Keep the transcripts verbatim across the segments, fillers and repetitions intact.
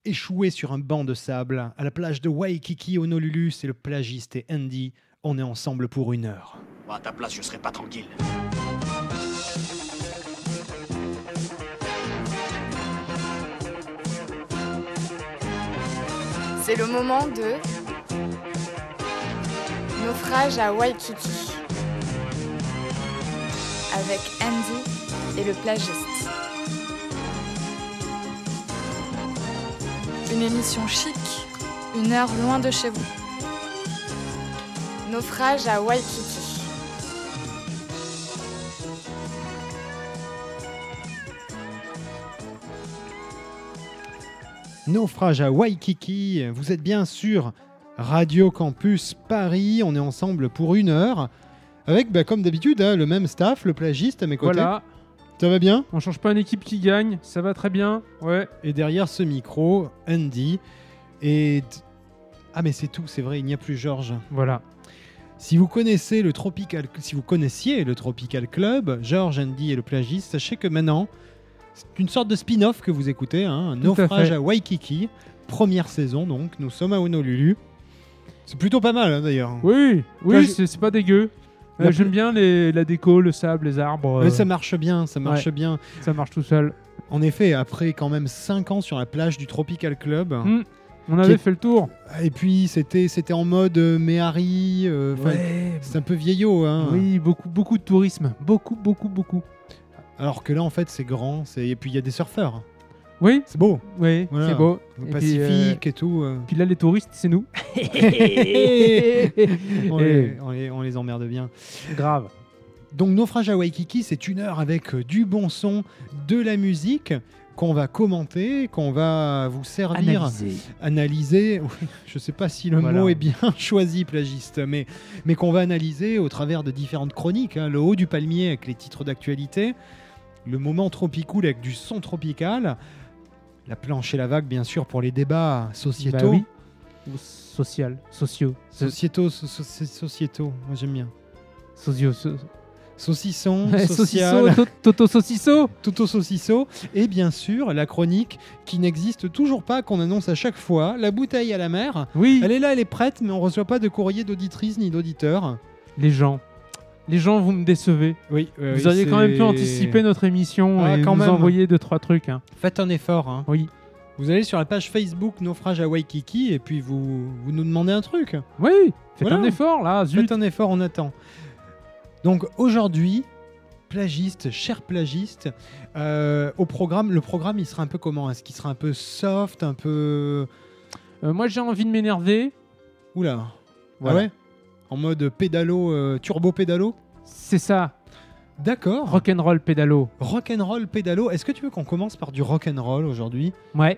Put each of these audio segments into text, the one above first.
Échoué sur un banc de sable, à la plage de Waikiki, Honolulu, c'est le plagiste et Andy. On est ensemble pour une heure. À ta place, je serais pas tranquille. C'est le moment de naufrage à Waikiki avec Andy et le plagiste. Une émission chic, une heure loin de chez vous. Naufrage à Waikiki. Naufrage à Waikiki, vous êtes bien sur Radio Campus Paris, on est ensemble pour une heure, avec bah, comme d'habitude hein, le même staff, le plagiste à mes côtés. Voilà. Ça va bien ? On change pas une équipe qui gagne, ça va très bien, ouais. Et derrière ce micro, Andy. Et... Ah mais c'est tout, c'est vrai, il n'y a plus Georges. Voilà. Si vous connaissez le Tropical... si vous connaissiez le Tropical Club, Georges, Andy et le plagiste, sachez que maintenant, c'est une sorte de spin-off que vous écoutez, hein, un naufrage à, à Waikiki, première saison donc, nous sommes à Honolulu. C'est plutôt pas mal hein, d'ailleurs. Oui, oui, Là, c'est, c'est pas dégueu. Euh, La j'aime pl- bien les, la déco, le sable, les arbres. euh, Mais ça marche bien, ça marche ouais. bien. Ça marche tout seul. En effet, après quand même cinq ans sur la plage du Tropical Club, Mmh. On avait est- fait le tour. et puis c'était, c'était en mode euh, Méhari, euh, 'fin, Ouais. c'est un peu vieillot. Hein. Oui, beaucoup, beaucoup de tourisme. Beaucoup, beaucoup, beaucoup. Alors que là en fait c'est grand, c'est... et puis il y a des surfeurs. Oui, C'est beau, oui, Voilà. c'est beau. le Et puis, Pacifique euh, et tout. euh. Puis là, les touristes, c'est nous. on, Et- les, on, les, on les emmerde bien. Grave. Donc Naufrage à Waikiki, c'est une heure avec euh, du bon son, de la musique qu'on va commenter, qu'on va vous servir, Analyser. analyser. Oui, je ne sais pas si le Voilà. mot est bien choisi, plagiste, mais, mais qu'on va analyser au travers de différentes chroniques. Hein, le haut du palmier avec les titres d'actualité, le moment tropicool avec du son tropical, la planche et la vague, bien sûr, pour les débats sociétaux. Bah oui. Ou social, sociaux. Sociétaux, so- so- sociétaux, moi j'aime bien. Sociaux. so- Saucisson, Ouais, social, Saucisso, to- Toto Saucisso. Toto Saucisso, et bien sûr la chronique qui n'existe toujours pas, qu'on annonce à chaque fois, la bouteille à la mer. Oui, Elle est là, elle est prête, mais on reçoit pas de courrier d'auditrice ni d'auditeur. les gens. Les gens, vous me décevez. Oui, euh, Vous auriez c'est- quand même pu anticiper notre émission Ah, et quand nous même. envoyer deux, trois trucs. Hein. Faites un effort. Hein. Oui. Vous allez sur la page Facebook Naufrage à Waikiki et puis vous, vous nous demandez un truc. Oui, faites Voilà. un effort là, zut. Faites un effort, on attend. Donc aujourd'hui, plagiste, cher plagiste, euh, au programme, le programme il sera un peu comment ? Est-ce qu'il sera un peu soft, un peu... Euh, moi j'ai envie de m'énerver. Oula. Voilà. Ah ouais ? En mode pédalo, euh, turbo pédalo ? C'est ça, D'accord. rock'n'roll pédalo. Rock'n'roll pédalo. Est-ce que tu veux qu'on commence par du rock'n'roll aujourd'hui ? Ouais.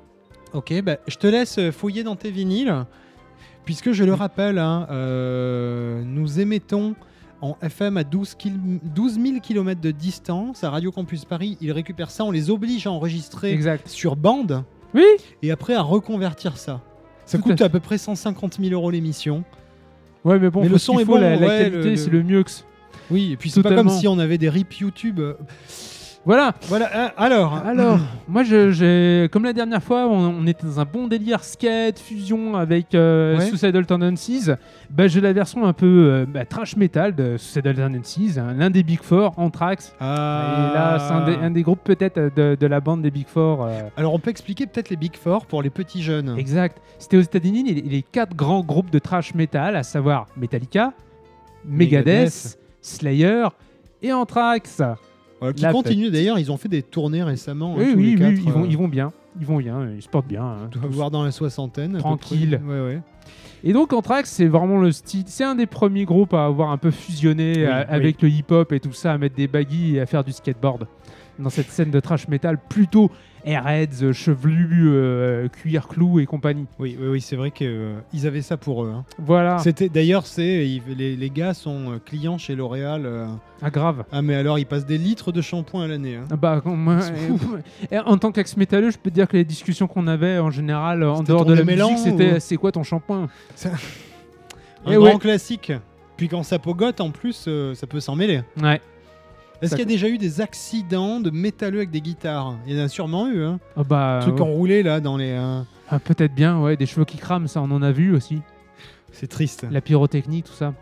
Ok, bah, je te laisse fouiller dans tes vinyles, puisque je le rappelle, hein, euh, nous émettons en F M à douze mille kilomètres de distance à Radio Campus Paris. Ils récupèrent ça, on les oblige à enregistrer Exact. sur bande Oui. et après à reconvertir ça. Ça Tout coûte à à, peu près cent cinquante mille euros l'émission. Ouais, mais bon, Mais faut le ce son qu'il est faut, bon, la, la ouais, qualité, le- le- c'est le mieux que... Oui, et puis c'est pas comme Totalement. si on avait des rips YouTube. euh, Voilà. Voilà, hein, alors. Alors, moi, je, j'ai, comme la dernière fois, on, on était dans un bon délire skate, fusion avec euh, Ouais. Suicidal Tendencies. Bah, j'ai la version un peu euh, bah, trash metal de Suicidal Tendencies, hein, l'un des Big Four, Anthrax. Ah. Et là, c'est un des, un des groupes peut-être de, de la bande des Big Four. euh, Alors on peut expliquer peut-être les Big Four pour les petits jeunes. Exact. C'était aux États-Unis les, les quatre grands groupes de trash metal, à savoir Metallica, Megadeth, Megadeth. Slayer et Anthrax. Voilà, qui La continuent d'ailleurs, ils ont fait des tournées récemment. hein, Oui, tous oui, les oui, quatre, ils, vont, euh, ils vont bien. Ils vont bien, ils se portent bien. hein, on doit tous. voir dans la soixantaine. à peu Tranquille. près. Ouais, ouais. Et donc Anthrax, c'est vraiment le style. C'est un des premiers groupes à avoir un peu fusionné Oui, euh, oui. avec le hip-hop et tout ça, à mettre des baggy et à faire du skateboard. Dans cette scène de trash metal plutôt airheads, chevelus, euh, cuir clou et compagnie. Oui, oui, oui, c'est vrai qu'ils avaient ça pour eux. hein. Voilà. C'était d'ailleurs, c'est ils- les, les gars sont euh, clients chez L'Oréal. euh, Ah, grave. Ah mais alors ils passent des litres de shampoing à l'année. hein. Ah Bah, quand moi, C'est euh, fou. et en tant qu'ex-métalleux, je peux te dire que les discussions qu'on avait en général en C'était dehors ton de la démêlant musique, c'était ou- c'est quoi ton shampoing? Un Eh grand ouais. classique. Puis quand ça pogote en plus, euh, ça peut s'en mêler. Ouais. Est-ce Ça- qu'il y a déjà eu des accidents de métalleux avec des guitares? Il y en a sûrement eu. Hein. Ah bah, Truc ouais. enroulé là dans les. euh, Ah, peut-être bien, ouais, des cheveux qui crament, ça on en a vu aussi. C'est triste. La pyrotechnie, tout ça.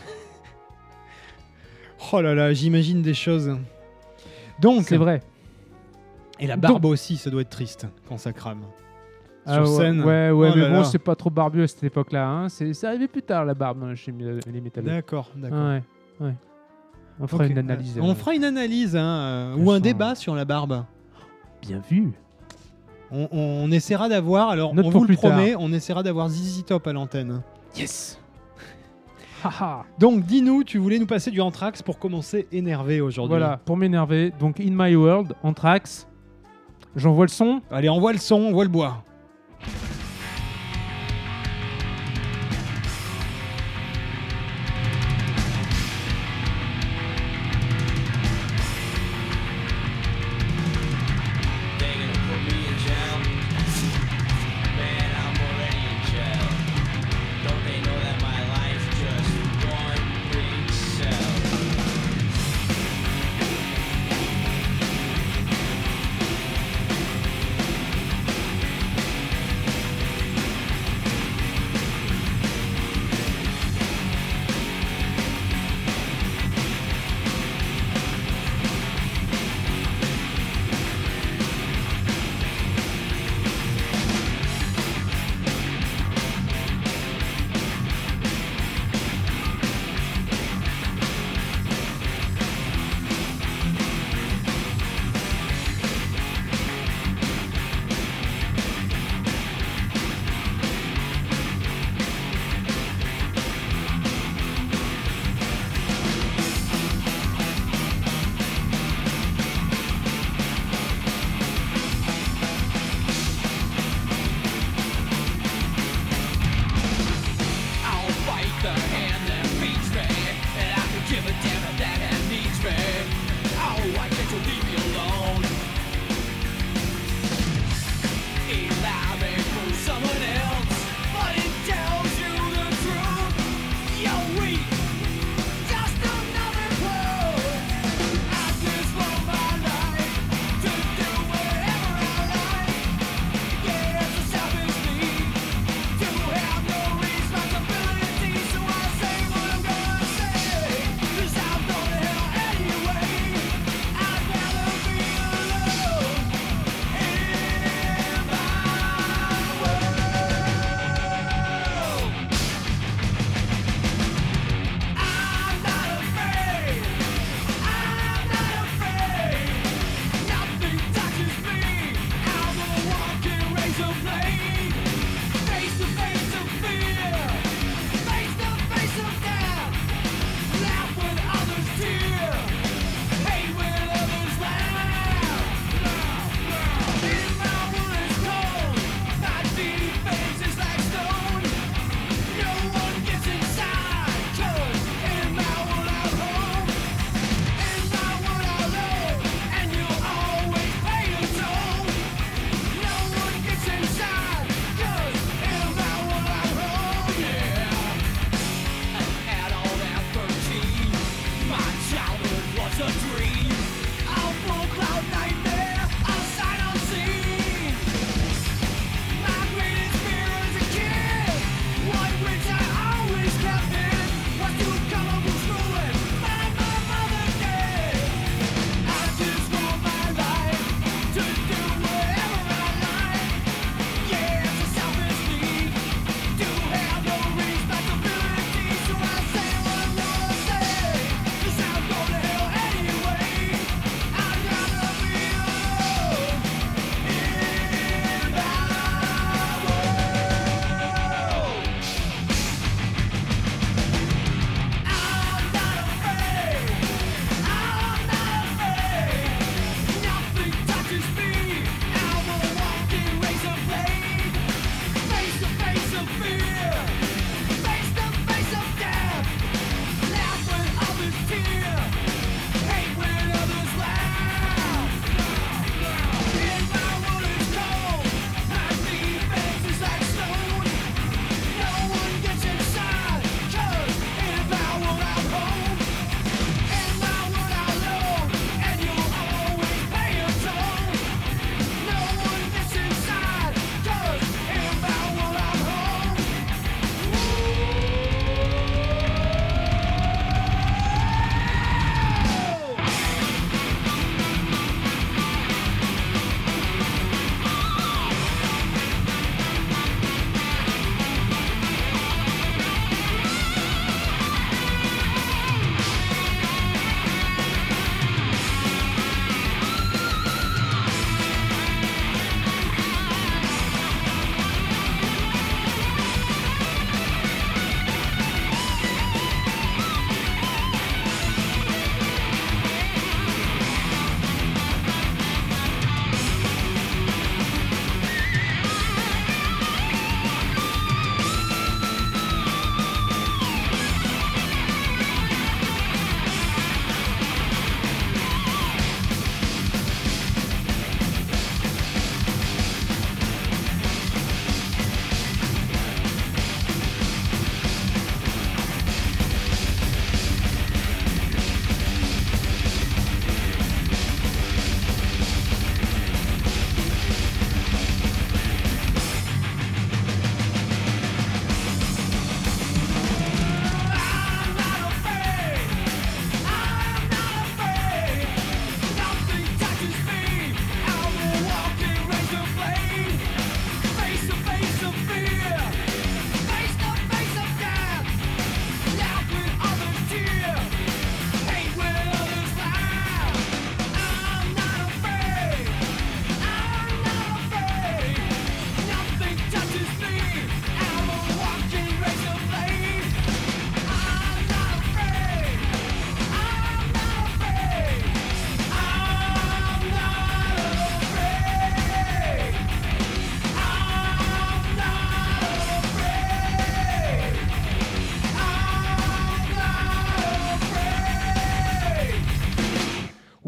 Oh là là, j'imagine des choses. Donc. C'est vrai. Et la barbe aussi, ça doit être triste quand ça crame. Ah, Sur ouais, scène. Ouais, ouais, Oh mais là bon, là. c'est pas trop barbu à cette époque-là. Hein. C'est, c'est arrivé plus tard la barbe hein, chez mi- les métalleux. D'accord, d'accord. Ouais, ouais. On fera Ok. une analyse. On euh, fera une analyse hein, euh, Elles ou un sont- débat sur la barbe. Bien vu. On, on essaiera d'avoir, alors Note on pour vous le plus tard. promet, on essaiera d'avoir Z Z Top à l'antenne. Yes. Haha. Donc dis-nous, tu voulais nous passer du Anthrax pour commencer énervé aujourd'hui. Voilà, pour m'énerver. Donc, In My World, Anthrax. J'envoie le son. Allez, on voit le son, on voit le bois. They're gonna put me in jail. Man, I'm already in jail. Don't they know that my life's just one big cell?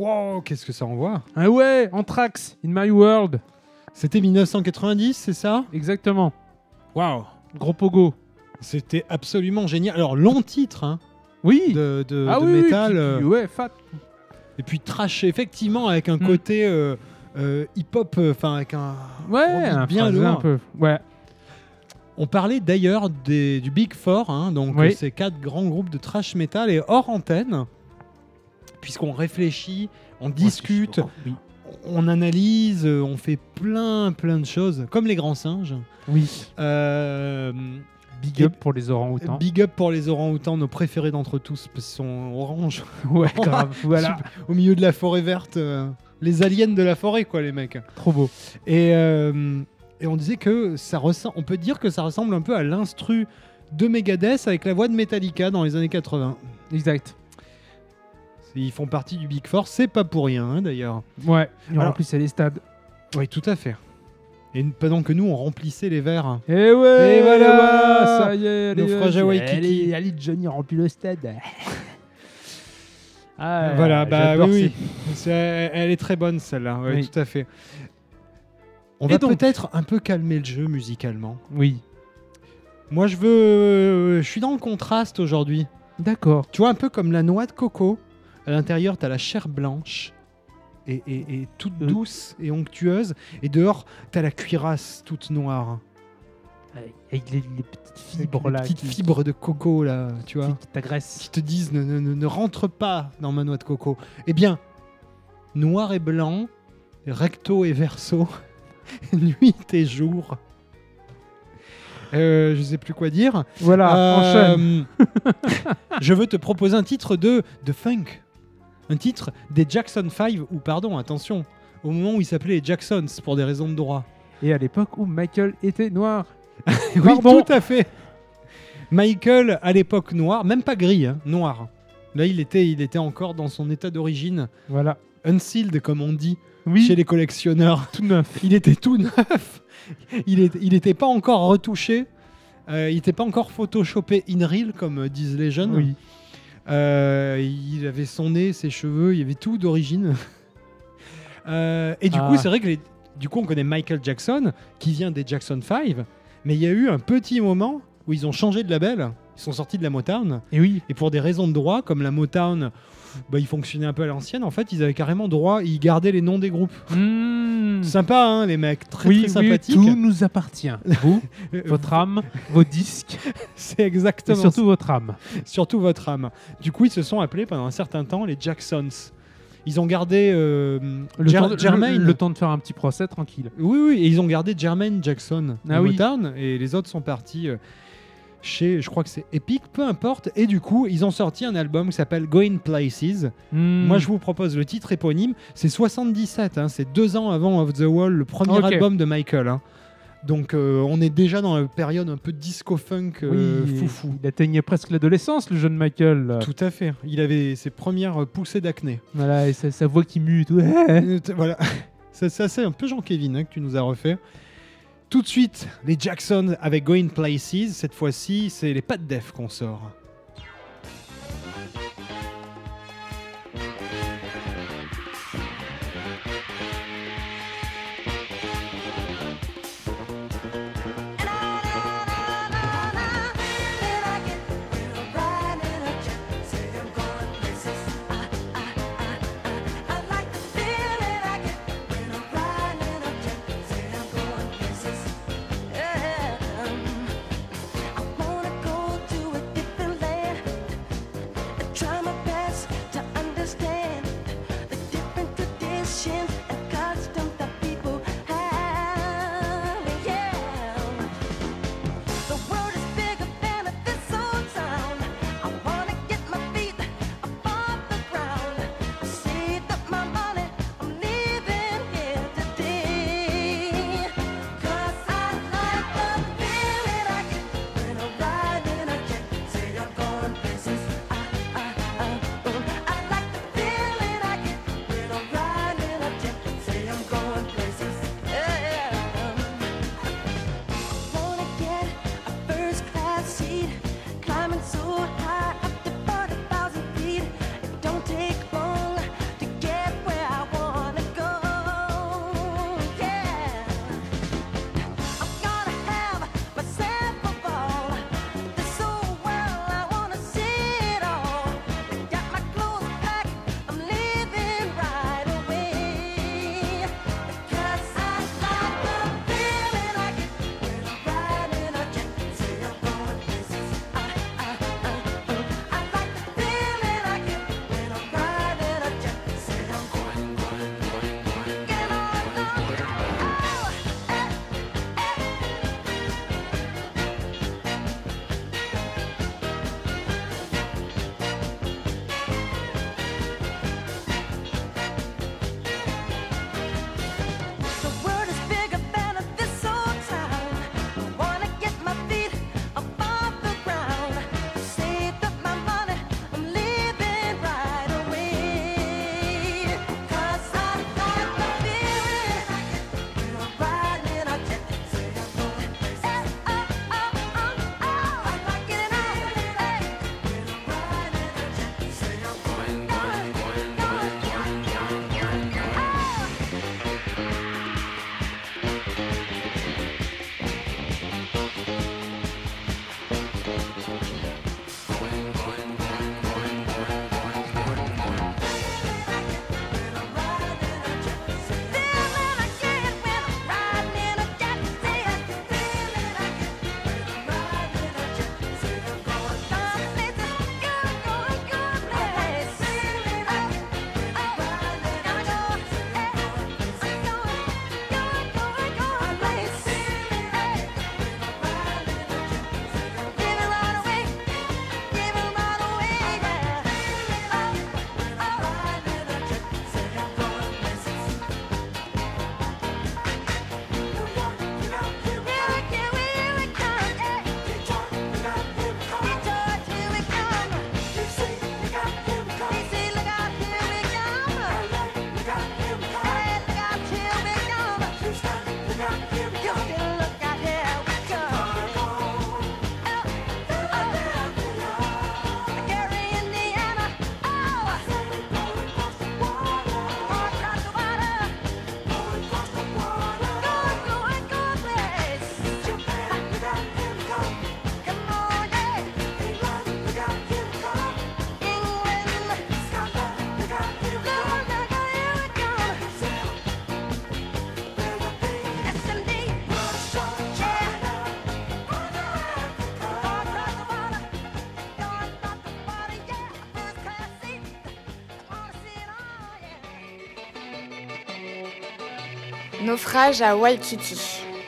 Wow, qu'est-ce que ça envoie. Ah ouais, Anthrax, In My World. C'était mille neuf cent quatre-vingt-dix, c'est ça? Exactement. Waouh. Gros pogo. C'était absolument génial. Alors, long titre hein, Oui. de, de, ah de oui, oui, métal. puis- euh, puis, ouais, fat. Et puis trash, effectivement, avec un Mm. côté euh, euh, hip-hop, enfin, avec un. Ouais, gros beat un bien phrasé lourd. un peu. Ouais. On parlait d'ailleurs des- du Big Four, hein, donc Oui. euh, ces quatre grands groupes de trash metal, et hors antenne, puisqu'on réfléchit, on discute, Oui. on analyse, euh, on fait plein plein de choses, comme les grands singes. Oui. Euh, Big Et- up pour les orang-outans. Big up pour les orang-outans, nos préférés d'entre tous, parce qu'ils sont orange, Ouais, grave. Voilà. au milieu de la forêt verte, euh, les aliens de la forêt, quoi, les mecs. Trop beau. Et, euh, et on disait que ça ressemble, on peut dire que ça ressemble un peu à l'instru de Megadeth avec la voix de Metallica dans les années quatre-vingts. Exact. Ils font partie du Big Four, c'est pas pour rien hein, d'ailleurs. Ouais. Et on Alors- remplissait les stades. Oui, tout à fait. Et pendant que nous, on remplissait les verres. Et ouais. Et voilà, ça y est. allez, naufrage à vas-y. Waikiki. Allez, allez, Johnny, remplis le stade. Ah, voilà, bah j'adore oui, ces- oui. C'est- elle est très bonne celle-là, ouais, Oui. tout à fait. On Et va donc peut-être un peu calmer le jeu musicalement. Oui. Moi, je veux, je suis dans le contraste aujourd'hui. D'accord. Tu vois, un peu comme la noix de coco. À l'intérieur, t'as la chair blanche et, et- et toute Euh. douce et onctueuse. Et dehors, t'as la cuirasse toute noire. Avec les, les petites Avec fibres les là. petites qui, fibres de coco, là, tu vois. qui, qui t'agressent. Qui te disent ne, ne, ne- ne rentre pas dans ma noix de coco. Eh bien, noir et blanc, recto et verso, nuit et jour. Euh, je sais plus quoi dire. Voilà, enchaîne. Euh, je veux te proposer un titre de, de funk. Un titre des Jackson five, ou pardon, attention, au moment où ils s'appelaient les Jacksons pour des raisons de droit. Et à l'époque où Michael était noir. Oui, Pardon. tout à fait. Michael, à l'époque noir, même pas gris, hein, noir. Là, il était, il était encore dans son état d'origine, Voilà. unsealed, comme on dit, Oui, chez les collectionneurs. tout neuf. Il était tout neuf. Il n'était il était pas encore retouché. Euh, il n'était pas encore photoshopé in real, comme euh, disent les jeunes. Oui. Euh, il avait son nez, ses cheveux, il y avait tout d'origine. Euh, et du Ah. coup, c'est vrai que les- du coup, on connaît Michael Jackson, qui vient des Jackson five, mais il y a eu un petit moment où ils ont changé de label. Ils sont sortis de la Motown. Et oui. Et pour des raisons de droit, comme la Motown, bah, ils fonctionnaient un peu à l'ancienne, en fait, ils avaient carrément droit, ils gardaient les noms des groupes. Mmh. Sympa, hein, les mecs, très oui, très oui, sympathiques. tout nous appartient. Vous, Euh, votre âme, vos disques, C'est et exactement surtout votre âme. surtout votre âme. Du coup, ils se sont appelés pendant un certain temps les Jacksons. Ils ont gardé euh, Le, Jer- temps de, Jermaine. le, le temps de faire un petit procès tranquille. Oui, oui, et ils ont gardé Jermaine Jackson Ah de oui. Motown, et les autres sont partis euh, chez, je crois que c'est Epic, peu importe. Et du coup, ils ont sorti un album qui s'appelle Going Places. Mmh. Moi, je vous propose le titre éponyme. C'est soixante-dix-sept, hein, c'est deux ans avant Off the Wall, le premier Ok. album de Michael. hein. Donc, euh, on est déjà dans la période un peu disco-funk euh, Oui, foufou. il atteignait presque l'adolescence, le jeune Michael. là. Tout à fait. Il avait ses premières euh, poussées d'acné. Voilà, et sa, sa voix qui mue et tout. Euh, t- voilà. Ça, ça, c'est un peu Jean-Kévin hein, que tu nous as refait. Tout de suite, les Jacksons avec Going Places. Cette fois-ci, c'est les Pat Def qu'on sort. I wanna go to a different Naufrage à Waikiki.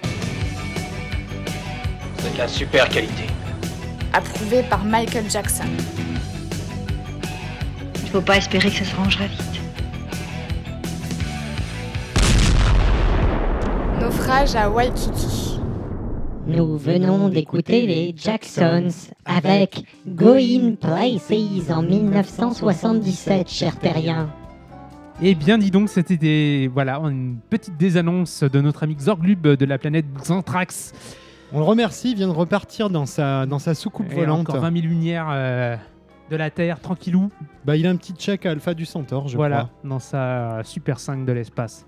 C'est de la super qualité. Approuvé par Michael Jackson. Il faut pas espérer que ça se rangera vite. Naufrage à Waikiki. Nous venons d'écouter les Jacksons avec Going Places en dix-neuf cent soixante-dix-sept, cher terrien. Et bien dis donc, c'était des, voilà, une petite désannonce de notre ami Zorglub de la planète Xanthrax. On le remercie, il vient de repartir dans sa, dans sa soucoupe Et volante. encore vingt mille lumières euh, de la Terre, tranquillou. Bah, il a un petit check à Alpha du Centaure, je voilà, crois. dans sa Super cinq de l'espace.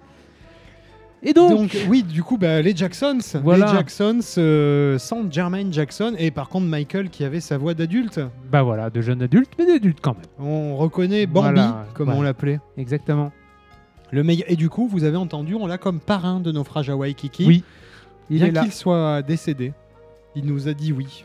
Et donc, Donc, oui, du coup, bah, les Jacksons, Voilà. les Jacksons euh, sans Jermaine Jackson et par contre Michael qui avait sa voix d'adulte. bah voilà, de jeunes adultes, mais d'adultes quand même. On reconnaît Bambi, Voilà, comme ouais. on l'appelait. Exactement. Le meilleur. Et du coup, vous avez entendu, on l'a comme parrain de Naufrage à Waikiki. Oui, il Bien est là, qu'il soit décédé, il nous a dit oui.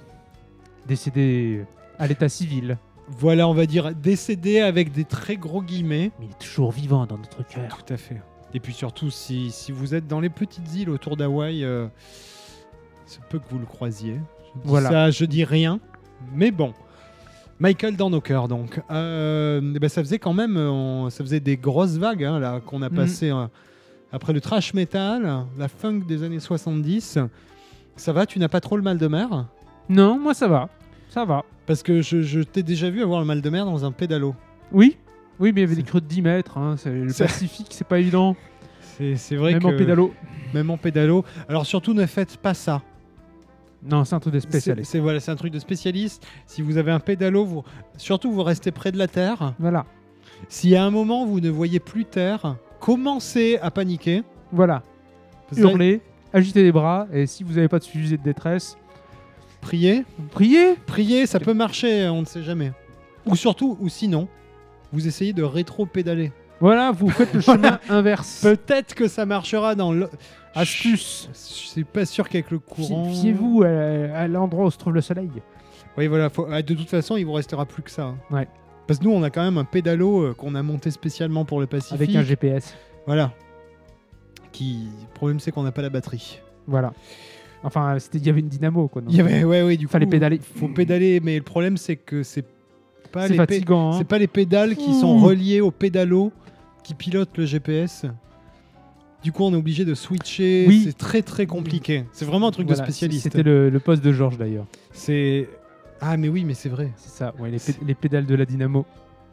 décédé à l'état civil, Voilà, on va dire décédé avec des très gros guillemets. mais il est toujours vivant dans notre cœur. Tout à fait. Et puis surtout, si, si vous êtes dans les petites îles autour d'Hawaï, euh, c'est peu que vous le croisiez. Je dis Voilà. ça, je dis rien. Mais bon. Michael dans nos cœurs, donc. Euh, eh ben, ça faisait quand même on- ça faisait des grosses vagues hein, là, qu'on a Mhm. passées euh, après le thrash metal, la funk des années soixante-dix. Ça va, tu n'as pas trop le mal de mer? Non, moi ça va, ça va. Parce que je, je t'ai déjà vu avoir le mal de mer dans un pédalo. Oui, oui, mais il y avait des C'est- creux de dix mètres. Hein, c'est- le C'est- Pacifique, c'est pas évident. C'est c'est vrai Même que... en pédalo. Même en pédalo. Alors surtout, ne faites pas ça. Non, c'est un truc de C'est spécialiste. c'est- voilà, c'est un truc de spécialiste. Si vous avez un pédalo, vous, surtout vous restez près de la terre. Voilà, Si à un moment vous ne voyez plus terre, commencez à paniquer. voilà. Parce que là, Hurlez, agitez les bras, et si vous n'avez pas de fusée de détresse, priez, priez. priez, ça peut marcher, on ne sait jamais. Ou surtout, ou sinon, vous essayez de rétro-pédaler. Voilà, vous faites le chemin inverse. Peut-être que ça marchera dans le. Astuce. Je suis pas sûr qu'avec le courant. Fi- Fiez-vous à, à l'endroit où se trouve le soleil. Oui, voilà. faut- ah, De toute façon, il vous restera plus que ça. hein. Ouais. Parce que nous, on a quand même un pédalo euh, qu'on a monté spécialement pour le Pacifique. Avec un G P S. Voilà. Qui. Le problème, c'est qu'on n'a pas la batterie. Voilà. Enfin, c'était- il y avait une dynamo, quoi. donc, Il y avait, ouais, ouais, du Fallait coup, pédaler. Faut pédaler, mais le problème, c'est que c'est pas C'est les pé- fatigant. hein. c'est pas les pédales qui sont Ouh. reliées au pédalo qui pilotent le G P S. Du coup, on est obligé de switcher. Oui. C'est très très compliqué. C'est vraiment un truc Voilà, de spécialiste. C'était le, le poste de Georges, d'ailleurs. C'est ah mais oui, mais c'est vrai. C'est ça, ouais, les, pé- les pédales de la dynamo.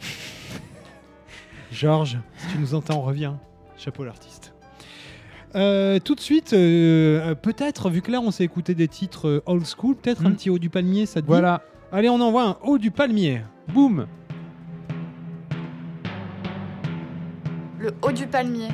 Georges, si tu nous entends, reviens. Chapeau l'artiste. Euh, tout de suite, euh, euh, peut-être, vu que là on s'est écouté des titres euh, old school, peut-être un Hmm. petit haut du palmier, ça te dit? Voilà, Allez, on envoie un haut du palmier. boum. Le haut du palmier.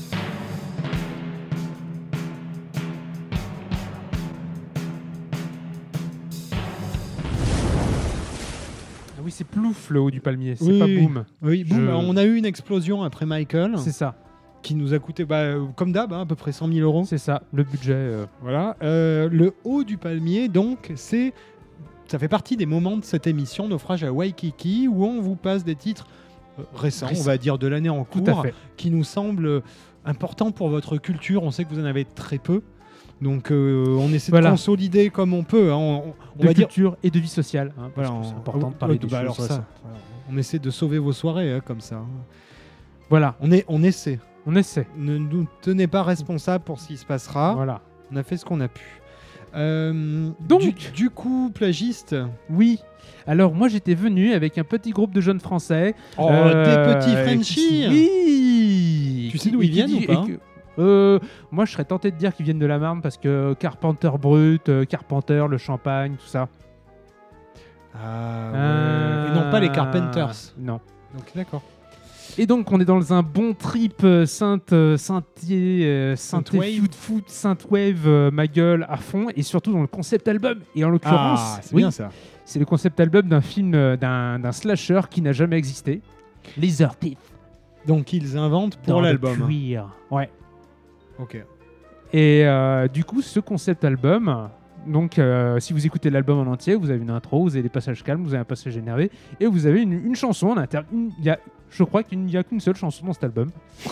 Ah oui, c'est plouf le haut du palmier, c'est Oui, pas oui. boum. Oui, Je- boum, on a eu une explosion après Michael C'est ça, qui nous a coûté, bah, euh, comme d'hab, hein, à peu près cent mille euros. c'est ça, le budget. euh, Voilà. Euh, le haut du palmier, donc, c'est. Ça fait partie des moments de cette émission, Naufrage à Waikiki, où on vous passe des titres euh, récents, Récents. on va dire de l'année en Tout cours, à fait. qui nous semblent euh, importants pour votre culture. On sait que vous en avez très peu. Donc, euh, on essaie Voilà. de consolider comme on peut. hein. On, on De va dire. culture et de vie sociale. hein, parce Voilà, que c'est on- important de ah, parler ouais, des bah choses. alors ça, récentes. voilà. On essaie de sauver vos soirées hein, comme ça. hein. Voilà, On, est, on essaie. on essaie. Ne nous tenez pas responsable pour ce qui se passera. Voilà. On a fait ce qu'on a pu. Euh, Donc- du, du coup, plagiste. Oui. Alors moi j'étais venu avec un petit groupe de jeunes Français. Oh, euh, des petits qui- Frenchies. Oui. Tu sais Qui- d'où et ils qui viennent dit- ou pas et que- euh, Moi je serais tenté de dire qu'ils viennent de la Marne parce que Carpenter Brut, euh, Carpenter, le Champagne, tout ça. Ah, ouais. Euh, Et non pas les Carpenters. Non. Donc d'accord. Et donc on est dans un bon trip euh, synth, euh, synthé, euh, synthé, Synthwave. foot, foot, synthwave, euh, ma gueule à fond, et surtout dans le concept album. Et en l'occurrence, Ah, c'est oui, bien ça. c'est le concept album d'un film, euh, d'un, d'un slasher qui n'a jamais existé. Laser Teeth. Donc ils inventent pour dans le l'album. cuir. Ouais. Ok. Et euh, du coup, ce concept album, donc euh, si vous écoutez l'album en entier, vous avez une intro, vous avez des passages calmes, vous avez un passage énervé, et vous avez une, une chanson en inter. une- il y a, je crois qu'il n'y a qu'une seule chanson dans cet album.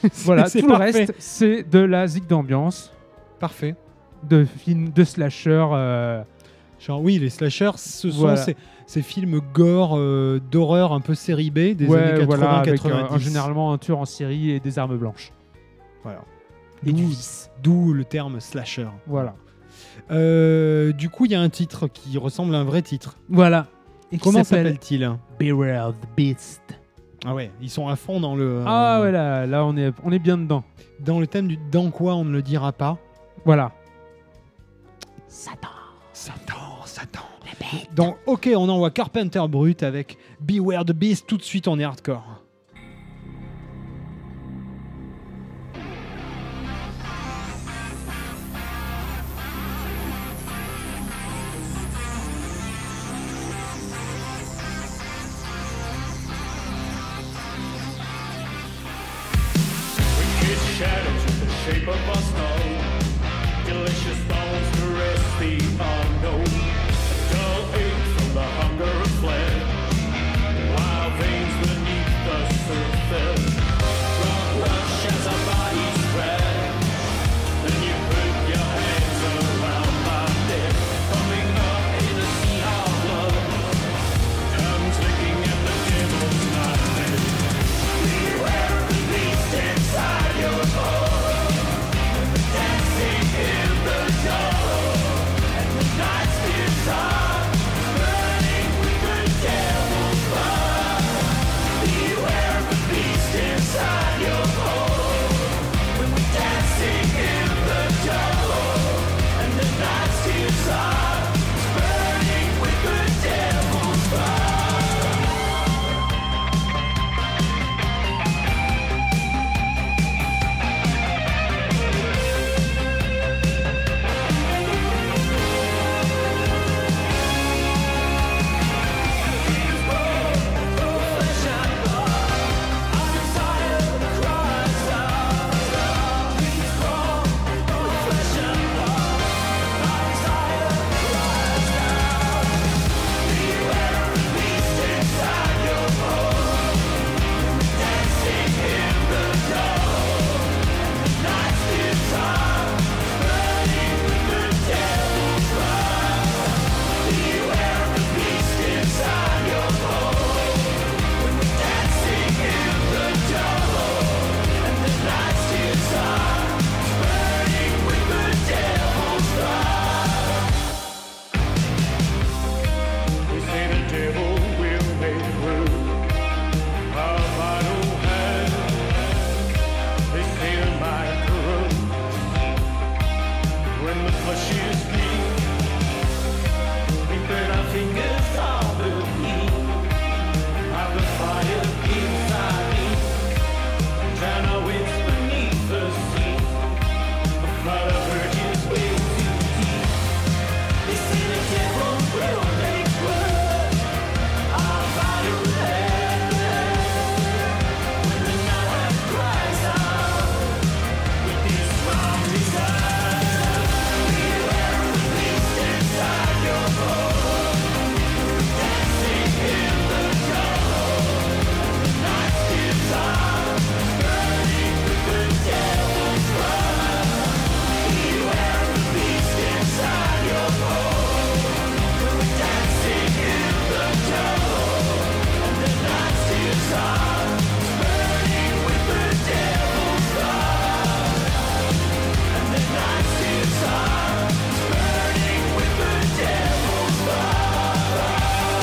Voilà, c'est tout le parfait. reste, c'est de la zik d'ambiance, Parfait. de films, de slasher. euh, Genre, oui, les slashers, ce sont Voilà. ces, ces films gore, euh, d'horreur un peu série B des ouais, années voilà, avec quatre-vingts euh, généralement un tueur en série et des armes blanches. Voilà. Et du D'où- vice. D'où le terme slasher. Voilà. Euh, du coup, il y a un titre qui ressemble à un vrai titre. Voilà. Et qui Comment s'appelle s'appelle-t-il? Beware the Beast. Ah ouais, ils sont à fond dans le, Ah euh, ouais, là, là on, est, on est bien dedans. dans le thème du dans quoi on ne le dira pas. Voilà. Satan. Satan, Satan. Donc, ok, on envoie Carpenter Brut avec Beware the Beast. Tout de suite, on est hardcore. Wicked shadows in the shape of a skull. Delicious bones caress the unknown. A dull ache from the hunger of fled. Wild veins beneath the surface. Drunk rush as our bodies spread. Then you put your hands around my neck. Coming up in a sea of blood. Tongues licking at the devil's nightmare. Beware of the beast inside your heart. Dancing in the dark. And the night steals on. Burning with the devil's fire. Beware of the beast inside your heart. When we're dancing in the dark. And the night steals on. Burning with the devil's fire. They say the devil will make room. Our vital hand. They say the mind corrupts. When the flesh is weak, we burn our fingers on the heat. Of the fire inside me. Drown our wits beneath the sea. The flood of urges way too deep. They say the devil will make blood. Our vital hand. When the night cries out with this strong desire. Beware of the beast inside your heart. Dancing in the dark. The night steals on. Burning with the devil's fire. Beware of the beast inside your heart. We're dancing in the dark. And the night steals on. Burning with the devil's fire. And the night steals on. Burning with the devil's fire.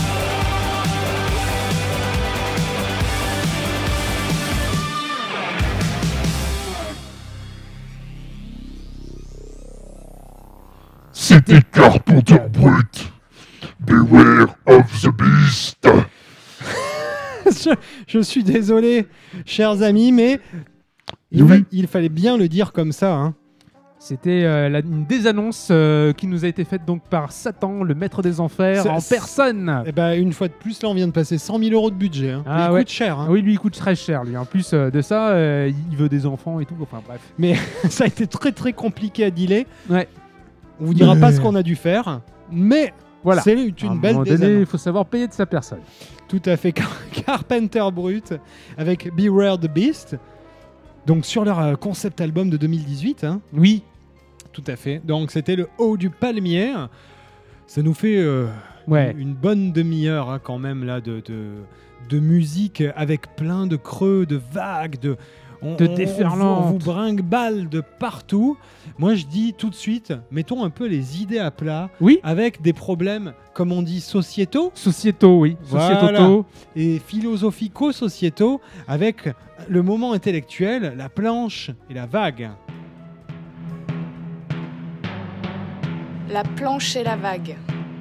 C'était Carpenter Brut. Beware of the Beast. je, je suis désolé, chers amis, mais il, Oui. fa- il fallait bien le dire comme ça. Hein. C'était euh, la- une des annonces euh, qui nous a été faite donc par Satan, le maître des enfers, Ça- en personne. Et ben, une fois de plus, là, on vient de passer cent mille euros de budget. Hein. Ah il ouais. coûte cher. Hein. Ah oui, lui, il coûte très cher, lui. En plus euh, de ça, euh, il veut des enfants et tout. Enfin, bref. Mais ça a été très très compliqué à dealer. Ouais. On vous dira Mais- pas ce qu'on a dû faire, mais Voilà. c'est À une un belle moment des donné, il annonces. faut savoir payer de sa personne. Tout à fait. Car- Carpenter Brut avec Beware the Beast. Donc sur leur euh, concept album de deux mille dix-huit, hein. Oui. Tout à fait. Donc c'était le Haut du Palmier. Ça nous fait euh, Ouais. une bonne demi-heure hein, quand même là de, de, de musique avec plein de creux, de vagues, de, on, De on- déferlantes. On, vous- on vous brinque-balle de partout. Moi je dis tout de suite, mettons un peu les idées à plat Oui. avec des problèmes, comme on dit, sociétaux Sociétaux, oui. Voilà. Sociétaux. et philosophico-sociétaux avec le moment intellectuel, la planche et la vague. La planche et la vague.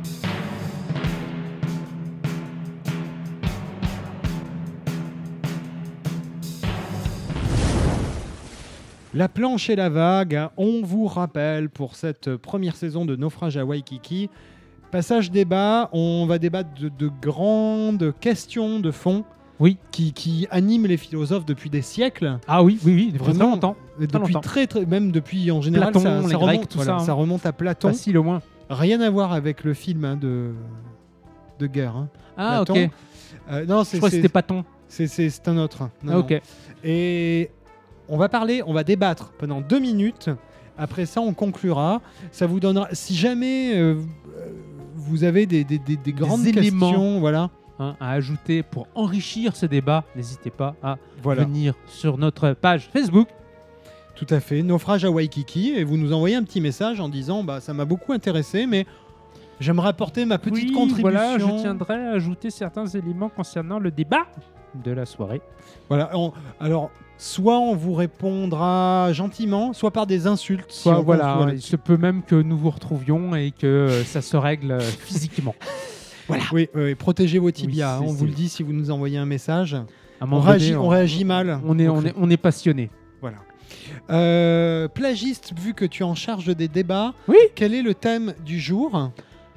La planche et la vague, hein, on vous rappelle pour cette première saison de Naufrage à Waikiki. Passage débat, on va débattre de, de grandes questions de fond Oui. qui, qui animent les philosophes depuis des siècles. Ah oui, oui, oui. Depuis Vraiment, très longtemps. Et depuis longtemps. très, très, même depuis en général, Platon, ça, les ça Grecs, remonte, tout voilà, ça, hein. ça remonte à Platon. Facile au moins. Rien à voir avec le film hein, de, de guerre. hein. Ah, Platon. ok. Euh, non, Je c'est crois que c'est- c'était Paton. c'est- c'est- c'est un autre. Non, Ah, non. ok. Et on va parler, on va débattre pendant deux minutes. Après ça, on conclura. Ça vous donnera, si jamais euh, vous avez des, des, des, des grandes éléments. questions, voilà, Hein, à ajouter pour enrichir ce débat, n'hésitez pas à voilà, venir sur notre page Facebook. tout à fait. Naufrage à Waikiki, et vous nous envoyez un petit message en disant, bah, ça m'a beaucoup intéressé, mais j'aimerais apporter ma petite Oui, contribution. voilà, je tiendrai à ajouter certains éléments concernant le débat de la soirée. Voilà. on- alors, soit on vous répondra gentiment, soit par des insultes. si Soit on voilà, compte- il se peut même que nous vous retrouvions et que euh, ça se règle euh, physiquement. Voilà. Oui, oui, protégez vos tibias. Oui, hein, c'est- on vous le c'est- dit si vous nous envoyez un message. À un On moment réagit, donné, on réagit mal. On est, on est, on est passionné. Voilà. Euh, plagiste, vu que tu es en charge des débats, Oui. quel est le thème du jour?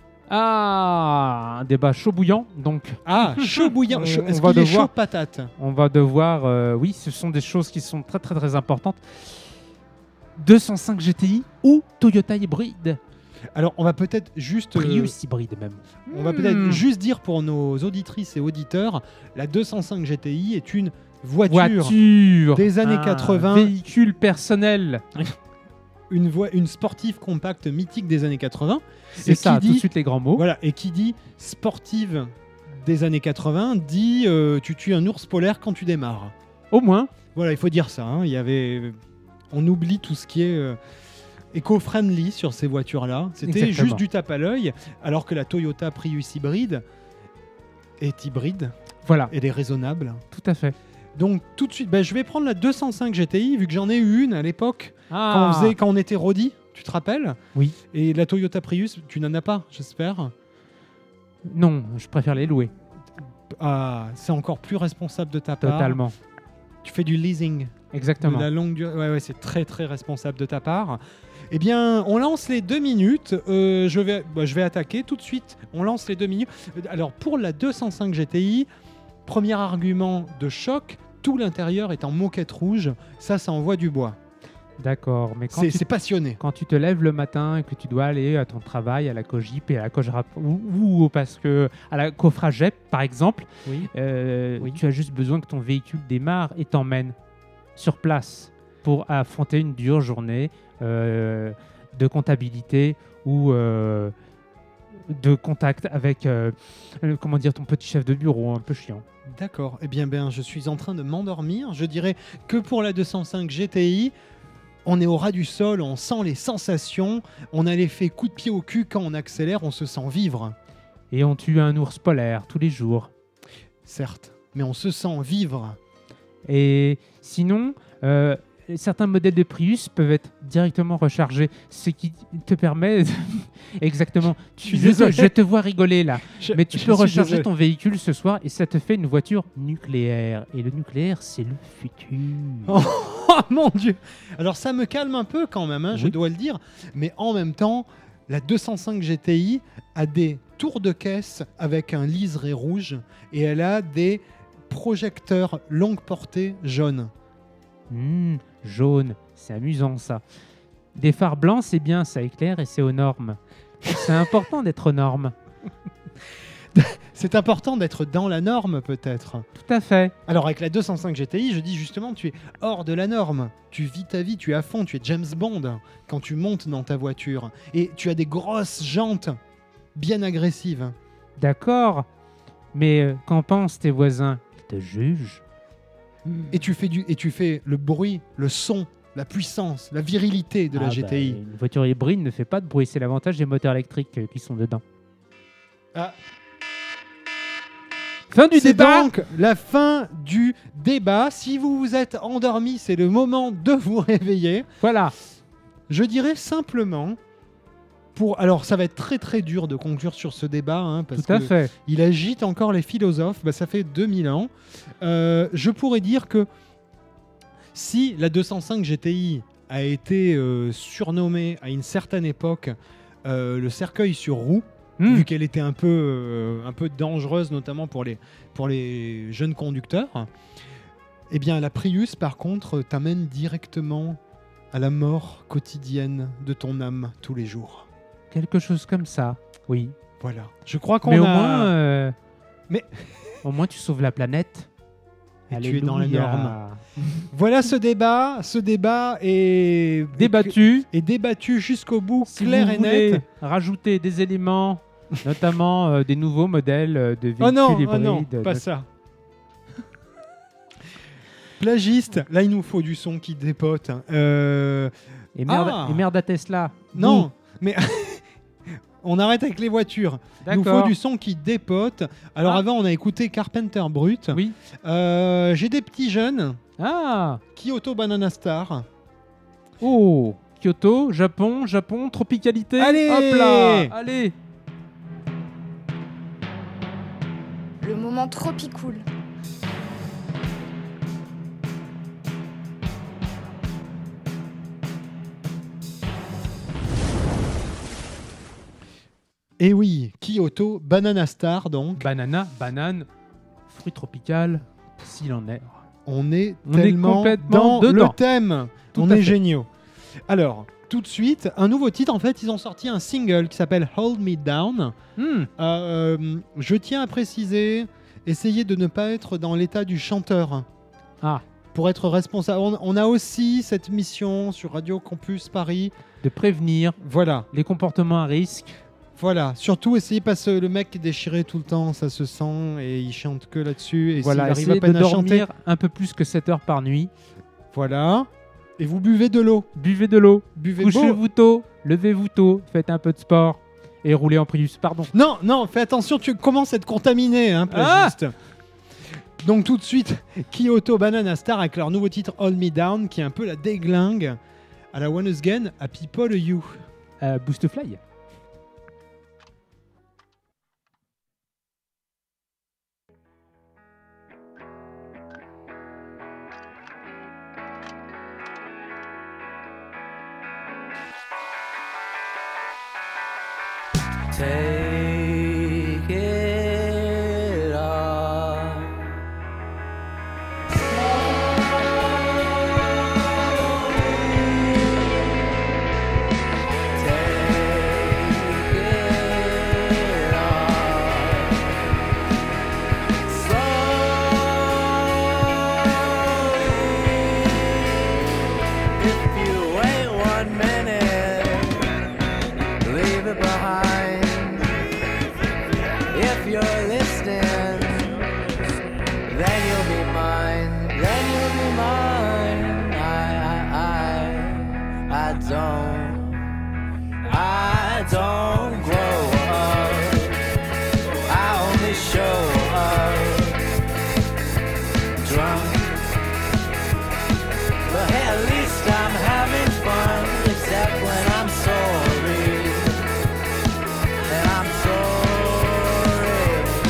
Ah, un débat chaud bouillant. Donc, Ah, chaud bouillant. On- Chaud- on Est-ce va qu'il est devoir- chaud patate? on va devoir. euh, oui, ce sont des choses qui sont très, très, très importantes. deux cent cinq G T I ou Toyota hybride, Alors, on va peut-être juste, euh, Prius hybride même. on va peut-être Hmm. juste dire pour nos auditrices et auditeurs, la deux cent cinq G T I est une voiture, Voiture des années un quatre-vingts. Véhicule personnel. une, voi- une sportive compacte mythique des années quatre-vingts. C'est Et ça, qui tout de dit- suite les grands mots. Voilà, et qui dit sportive des années quatre-vingts dit euh, tu tues un ours polaire quand tu démarres. Au moins. Voilà, il faut dire ça. hein. Il y avait, on oublie tout ce qui est euh, éco-friendly sur ces voitures-là. C'était Exactement. juste du tape à l'œil, alors que la Toyota Prius hybride est hybride, Voilà, elle est raisonnable. tout à fait. Donc tout de suite, ben, je vais prendre la deux cent cinq G T I vu que j'en ai eu une à l'époque quand, Ah, on faisait, quand on était Rodi, tu te rappelles? Oui. Et la Toyota Prius, tu n'en as pas, j'espère. non, je préfère les louer. Ah, c'est encore plus responsable de ta part. Totalement. Tu fais du leasing. Exactement. De la longue durée. Ouais, ouais, c'est très très responsable de ta part. Eh bien, on lance les deux minutes. Euh, je, vais, bah, je vais attaquer tout de suite. On lance les deux minutes. Euh, Alors, pour la deux cent cinq G T I, premier argument de choc, tout l'intérieur est en moquette rouge. Ça, ça envoie du bois. D'accord, mais quand C'est tu, c'est passionné. quand tu te lèves le matin et que tu dois aller à ton travail, à la Cogip et à la Cograp, ou, ou parce que à la Cofragep, par exemple, Oui. euh, Oui. tu as juste besoin que ton véhicule démarre et t'emmène sur place pour affronter une dure journée euh, de comptabilité ou euh, de contact avec euh, euh, comment dire, ton petit chef de bureau un peu chiant. D'accord. Eh bien, ben, je suis en train de m'endormir. Je dirais que pour la deux cent cinq G T I, on est au ras du sol, on sent les sensations, on a l'effet coup de pied au cul quand on accélère, on se sent vivre. Et on tue un ours polaire tous les jours. Certes, mais on se sent vivre. Et sinon, euh, certains modèles de Prius peuvent être directement rechargés, ce qui te permet... Exactement. Je suis Je, désolé. je te vois rigoler là. Je- Mais tu je peux suis recharger désolé. ton véhicule ce soir et ça te fait une voiture nucléaire. Et le nucléaire, c'est le futur. Oh mon Dieu. Alors ça me calme un peu quand même, hein, je Oui. dois le dire. Mais en même temps, la deux cent cinq G T I a des tours de caisse avec un liseré rouge et elle a des projecteurs longue portée jaunes. Hmm, jaune, c'est amusant ça. Des phares blancs, c'est bien, ça éclaire et c'est aux normes. C'est important d'être aux normes. c'est important d'être dans la norme, peut-être. Tout à fait. Alors, avec la deux cent cinq G T I, je dis justement, tu es hors de la norme. Tu vis ta vie, tu es à fond, tu es James Bond quand tu montes dans ta voiture. Et tu as des grosses jantes bien agressives. D'accord. Mais euh, qu'en pensent tes voisins? Ils te jugent. Et tu fais du, et tu fais le bruit, le son, la puissance, la virilité de la Ah G T I. bah, une voiture hybride ne fait pas de bruit. C'est l'avantage des moteurs électriques euh, qui sont dedans. Ah. Fin du C'est débat. donc la fin du débat. Si vous vous êtes endormi, c'est le moment de vous réveiller. Voilà. Je dirais simplement, pour, alors ça va être très très dur de conclure sur ce débat, hein, parce Tout à que fait. il agite encore les philosophes. Bah, ça fait deux mille ans. Euh, je pourrais dire que si la deux cent cinq G T I a été euh, surnommée à une certaine époque euh, le cercueil sur roue, Mmh. vu qu'elle était un peu, euh, un peu dangereuse, notamment pour les, pour les jeunes conducteurs, eh bien la Prius, par contre, t'amène directement à la mort quotidienne de ton âme tous les jours. Quelque chose comme ça. Oui. Voilà. Je crois qu'on Mais au a... moins, euh, Mais- au moins tu sauves la planète. Et tu es dans la Alléluia. norme. Voilà ce débat. Ce débat est Débattu. est débattu jusqu'au bout, Si clair vous et voulez net. rajouter des éléments, notamment euh, des nouveaux modèles euh, de véhicules Oh non, oh hybrides. non, euh, pas de- ça. Plagiste, là il nous faut du son qui dépote. Euh, Et merde, Ah. et merde à Tesla. Non, mais on arrête avec les voitures. Il nous faut D'accord. du son qui dépote. Alors Ah. avant, on a écouté Carpenter Brut. Oui. Euh, J'ai des petits jeunes. Ah. Kyoto Banana Star. Oh. Kyoto, Japon, Japon, tropicalité. Allez. Hop là. Allez. Le moment tropicool. Et oui, Kyoto Banana Star donc. Banana, banane, fruit tropical, s'il en est. On est On est tellement complètement dans dedans. le thème. Tout on à est fait. géniaux. Alors, tout de suite, un nouveau titre. En fait, ils ont sorti un single qui s'appelle Hold Me Down. Hmm. Euh, je tiens à préciser, essayez de ne pas être dans l'état du chanteur. Ah. Pour être responsable. On, on a aussi cette mission sur Radio Campus Paris. De prévenir Voilà, les comportements à risque. voilà. Surtout, essayez pas ce, le mec qui est déchiré tout le temps, ça se sent, et il chante que là-dessus. Et Voilà, s'il arrive essayez à peine de à chanter, dormir un peu plus que sept heures par nuit. voilà. Et vous buvez de l'eau. Buvez de l'eau. Buvez beau. Couchez-vous tôt, levez-vous tôt, faites un peu de sport et roulez en Prius. Pardon. Non, non, fais attention, tu commences à être contaminé, hein, plagiste. Donc tout de suite, Kyoto Banana Star avec leur nouveau titre Hold Me Down, qui est un peu la déglingue à la One Again, à People You. Euh, Boost Fly. Take it off. Take it off. Slowly. If you wait one minute, leave it behind. If you're listening, then you'll be mine. Then you'll be mine. I, I, I, I don't, I don't grow up. I only show up drunk. But hey, at least I'm having fun, except when I'm sorry. And I'm sorry.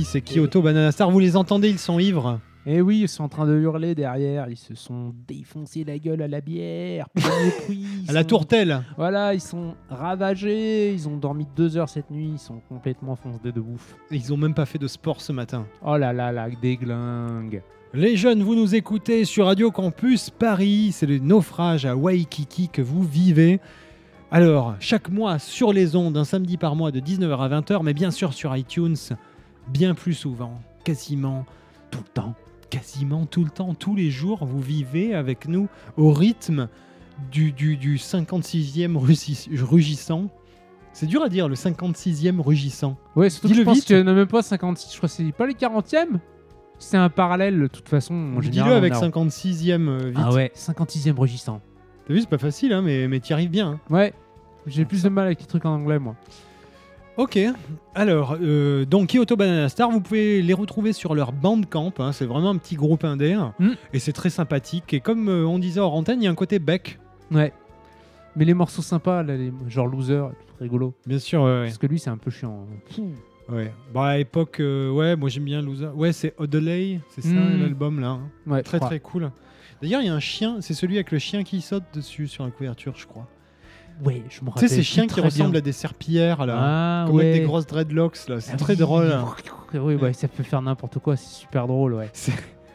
c'est Kyoto Banana Star. Vous les entendez, ils sont ivres. Et oui, ils sont en train de hurler derrière. Ils se sont défoncés la gueule à la bière. Prix, À la sont... tourtelle. Voilà, ils sont ravagés. Ils ont dormi deux heures cette nuit. Ils sont complètement foncés de bouffe. Ils ont même pas fait de sport ce matin. Oh là là là, déglingue. Les jeunes, vous nous écoutez sur Radio Campus Paris. C'est le naufrage à Waikiki que vous vivez. Alors, chaque mois sur les ondes, un samedi par mois de dix-neuf heures à vingt heures, mais bien sûr sur iTunes, bien plus souvent, quasiment tout le temps. Quasiment tout le temps, tous les jours, vous vivez avec nous au rythme du, du, du cinquante-sixième rugis- rugissant. C'est dur à dire, le cinquante-sixième rugissant. Ouais, surtout que Dis-le je pense vite. qu'il n'y en a même pas cinquante-six. Je crois que c'est pas les quarantième. C'est un parallèle, de toute façon. En général, Dis-le avec on a- cinquante-sixième euh, vite. Ah ouais, cinquante-sixième rugissant. T'as vu, c'est pas facile, hein, mais, mais t'y arrives bien. hein. Ouais, j'ai plus de mal avec les trucs en anglais, moi. Ok, alors, euh, donc Kyoto Banana Star, vous pouvez les retrouver sur leur Bandcamp, hein, c'est vraiment un petit groupe indé, Mm. et c'est très sympathique, et comme euh, on disait hors antenne, il y a un côté bec, Ouais. Mais les morceaux sympas, là, les... genre Loser, tout rigolo. bien sûr, ouais, Parce que lui, c'est un peu chiant. ouais. ouais. Bah, à l'époque, euh, ouais, moi j'aime bien Loser, ouais, c'est Odelay, c'est ça Mm. l'album là, hein. Ouais, Très je crois. très cool. D'ailleurs, il y a un chien, c'est celui avec le chien qui saute dessus sur la couverture, je crois. Ouais, je me Tu rappelle. sais, ces chiens qui très ressemblent bien. à des serpillères, là, Ah, comme ouais. avec des grosses dreadlocks, là, c'est Ah très oui. drôle. hein. Oui, ouais, ça peut faire n'importe quoi, c'est super drôle, ouais. C'est-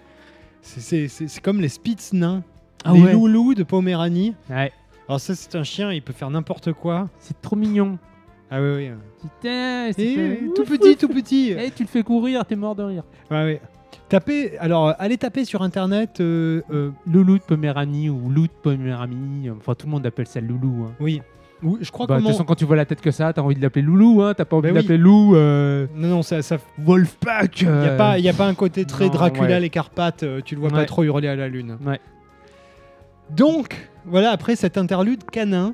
C'est c'est- c'est- c'est comme les Spitz nains, Ah les ouais. loulous de Poméranie. Ouais, Alors ça, c'est un chien, il peut faire n'importe quoi. c'est trop mignon. Ah oui, oui. Putain, c'est Et, fait- tout Ouf, petit, ouf. tout petit. Eh, tu le fais courir, t'es mort de rire. Ouais, ouais. Tapez, alors, allez taper sur Internet. euh, euh, Loulou de Poméranie ou Lou de Poméranie, enfin tout le monde appelle ça Loulou. Hein. oui. Ou- je crois Bah, de comment... toute façon, quand tu vois la tête que ça, t'as envie de l'appeler Loulou, hein. T'as pas envie Bah de oui. l'appeler Lou. Euh... Non, non, ça... ça... Wolfpack. Il n'y a, pas- y a pas un côté très non, Dracula, ouais. les Carpates. euh, tu le vois pas Ouais. trop hurler à la lune. Ouais. Donc, voilà, après cet interlude canin,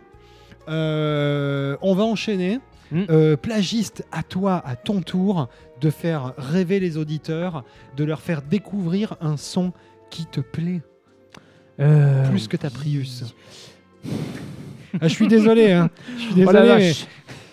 euh, on va enchaîner. Mm. Euh, plagiste, à toi, à ton tour, de faire rêver les auditeurs, de leur faire découvrir un son qui te plaît Euh, plus que ta Prius. Ah, je suis désolé, hein. Je suis Oh la désolé. mais- vache.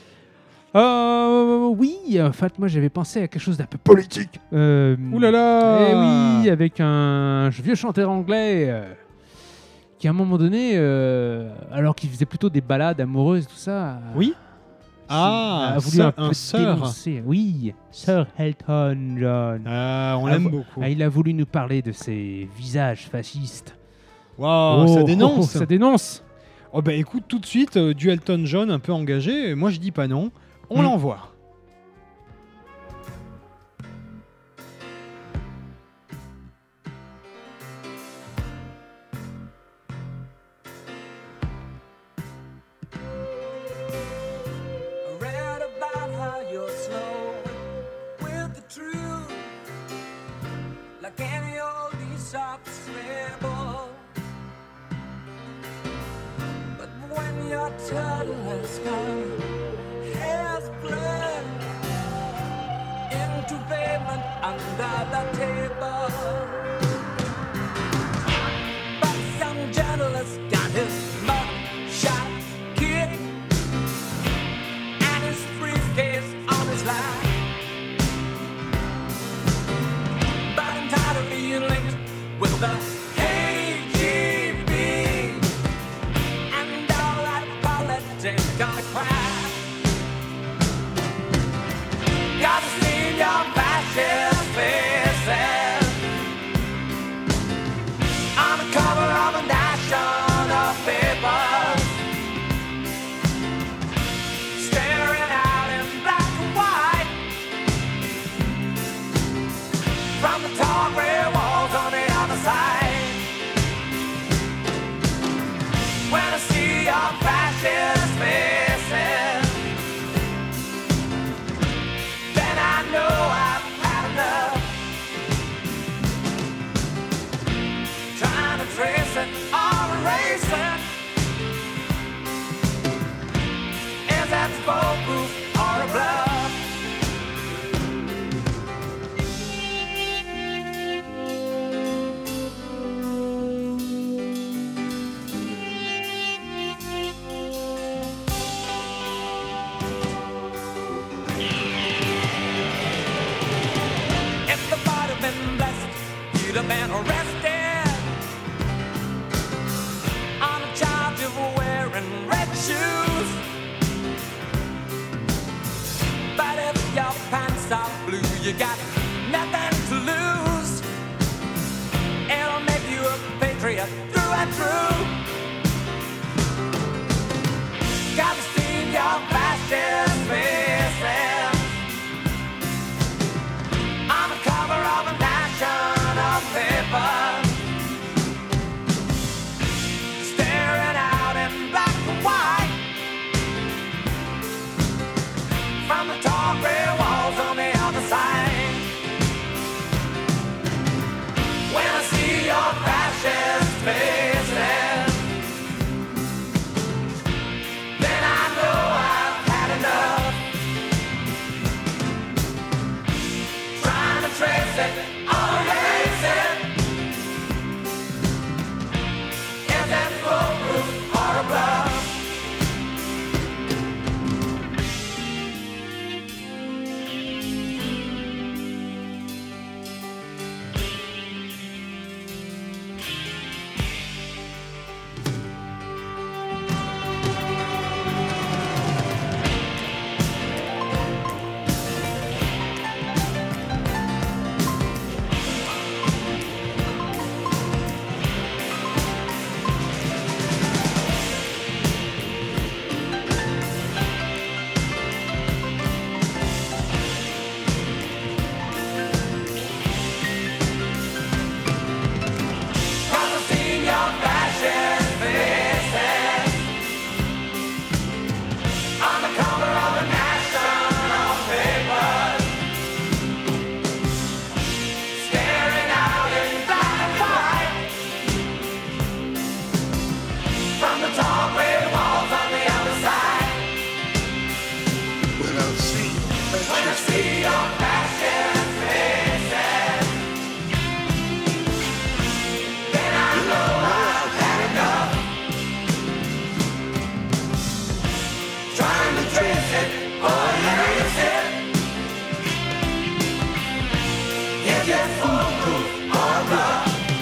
Euh, oui, en fait, moi j'avais pensé à quelque chose d'un peu politique. Euh, Ouh là là. Eh oui, avec un vieux chanteur anglais euh, qui à un moment donné, euh, alors qu'il faisait plutôt des ballades amoureuses, tout ça. Oui. s'est- Ah, a voulu Sir- un peu un Sir. dénoncer. Oui, Sir Elton John. Ah, on Ah, l'aime vo- beaucoup. Ah, il a voulu nous parler de ses visages fascistes. Waouh, Oh, ça oh, dénonce. oh, ça dénonce. Oh bah écoute, tout de suite, euh, du Elton John un peu engagé. Moi, je dis pas non. On Mm. l'envoie. I read about how you're slow with the truth, like any old Aesop's fable. But when your turtle has come, hair's blurred into pavement under the table. But some journalist got his mug shot kicked and his briefcase on his lap. But I'm tired of being linked with the K G B and all that political crap. Got to see your fascist faces on the cover of a national paper, staring out in black and white from the tall gray walls on the other side. When I see your fascist faces, then I know I've had enough. Trying to trace it or erase it. Is that foolproof or a bluff? you through and through. Got to see your fashion faces on the cover of a national paper, staring out in black and white from the tall gray walls on the other side. When I see your fashion faces, then I know I've had enough. Trying to trace it, or erase it. Is it foolproof or a bluff? Cause I've seen your fashion faces on the cover of a national paper, staring out in black and white from the tall gray walls on the other side. When I see When I see your fashion faces, then I know I've had enough. Trying to trace it or erase it. Is it foolproof or bluff?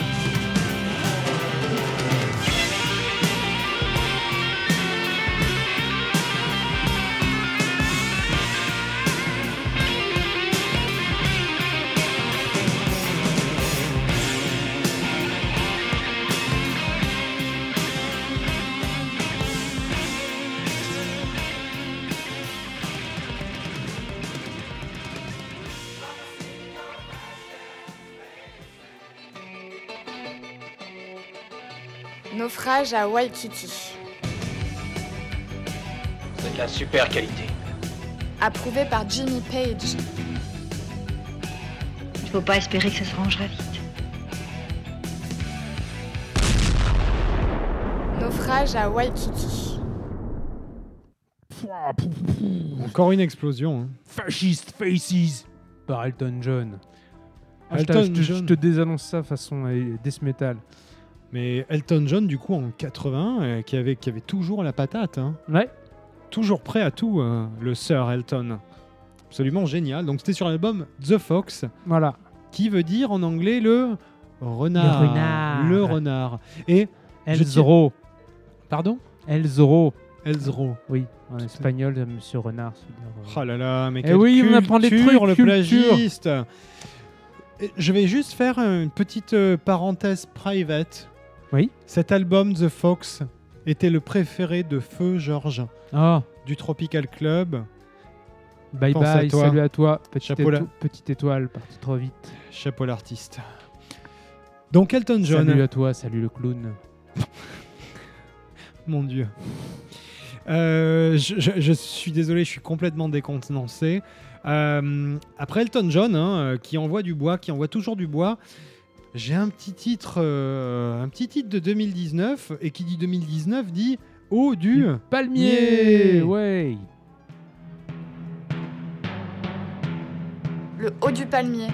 Naufrage à Waikiki. C'est de la super qualité. Approuvé par Jimmy Page. Il faut pas espérer que ça se rangera vite. Naufrage à Waikiki. Encore une explosion. hein. Fascist Faces par Elton John. Ah, je Elton t'a- je, te, je John. te désannonce ça façon euh, death metal. Mais Elton John, du coup, en quatre-vingts, euh, qui, avait, qui avait toujours la patate. hein. Ouais. Toujours prêt à tout, euh, le Sir Elton. Absolument génial. Donc c'était sur l'album The Fox, Voilà. qui veut dire en anglais le renard. Le renard. Le renard. Et, El Je tiens- Zorro. pardon El Zorro. Elzro. Oui, en espagnol, euh, Monsieur Renard. ça veut dire, euh, Oh là là, mais Eh quelle oui, on apprend des culture, trucs, le culture. plagiste. Et je vais juste faire une petite euh, parenthèse private. Oui. Cet album The Fox était le préféré de Feu Georges Oh, du Tropical Club. bye Pense à bye, toi. salut à toi. Petite, Chapeau là. éto- petite étoile, partie trop vite. Chapeau l'artiste. Donc Elton John. Salut à toi, salut le clown. Mon Dieu. Euh, je, je- je suis désolé, je suis complètement décontenancé. Euh, après Elton John, hein, euh, qui envoie du bois, qui envoie toujours du bois, j'ai un petit titre, euh, un petit titre de deux mille dix-neuf, et qui dit deux mille dix-neuf dit oh du Palmier, Yeah. ouais. Le haut du palmier.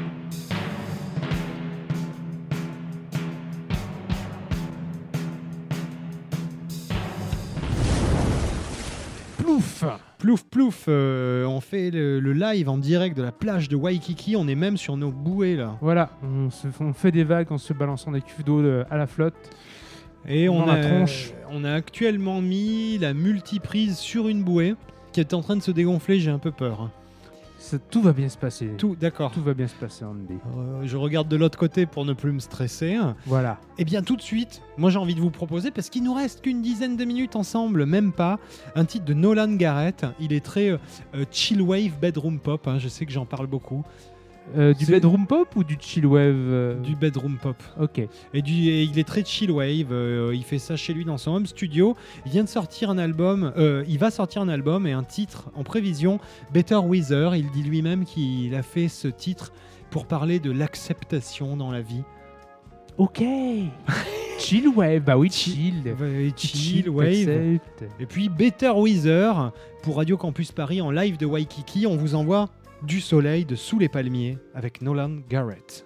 Plouf. Plouf plouf. euh, on fait le, le live en direct de la plage de Waikiki. On est même sur nos bouées là. Voilà, on, se, on fait des vagues en se balançant des cuves d'eau de- à la flotte. Et on Dans a, la tronche. on a actuellement mis la multiprise sur une bouée qui est en train de se dégonfler. J'ai un peu peur. Ça- tout va bien se passer. Tout, d'accord. Tout va bien se passer, Andy. Euh, je regarde de l'autre côté pour ne plus me stresser. Voilà. Eh bien, tout de suite, moi j'ai envie de vous proposer, parce qu'il nous reste qu'une dizaine de minutes ensemble, même pas, un titre de Nolan Garrett. Il est très euh, euh, chill wave bedroom pop. Hein, je sais que j'en parle beaucoup. Euh, du C'est- bedroom pop ou du chill wave euh, Du bedroom pop. Ok. Et, du, et il est très chill wave. euh, il fait ça chez lui dans son home studio. Il vient de sortir un album. euh, il va sortir un album et un titre en prévision. Better Weather. Il dit lui-même qu'il a fait ce titre pour parler de l'acceptation dans la vie. Ok. Chill wave, bah oui, chill. Ouais, chill wave. accepte. Et puis Better Weather pour Radio Campus Paris en live de Waikiki. On vous envoie du soleil de Sous les palmiers avec Nolan Garrett.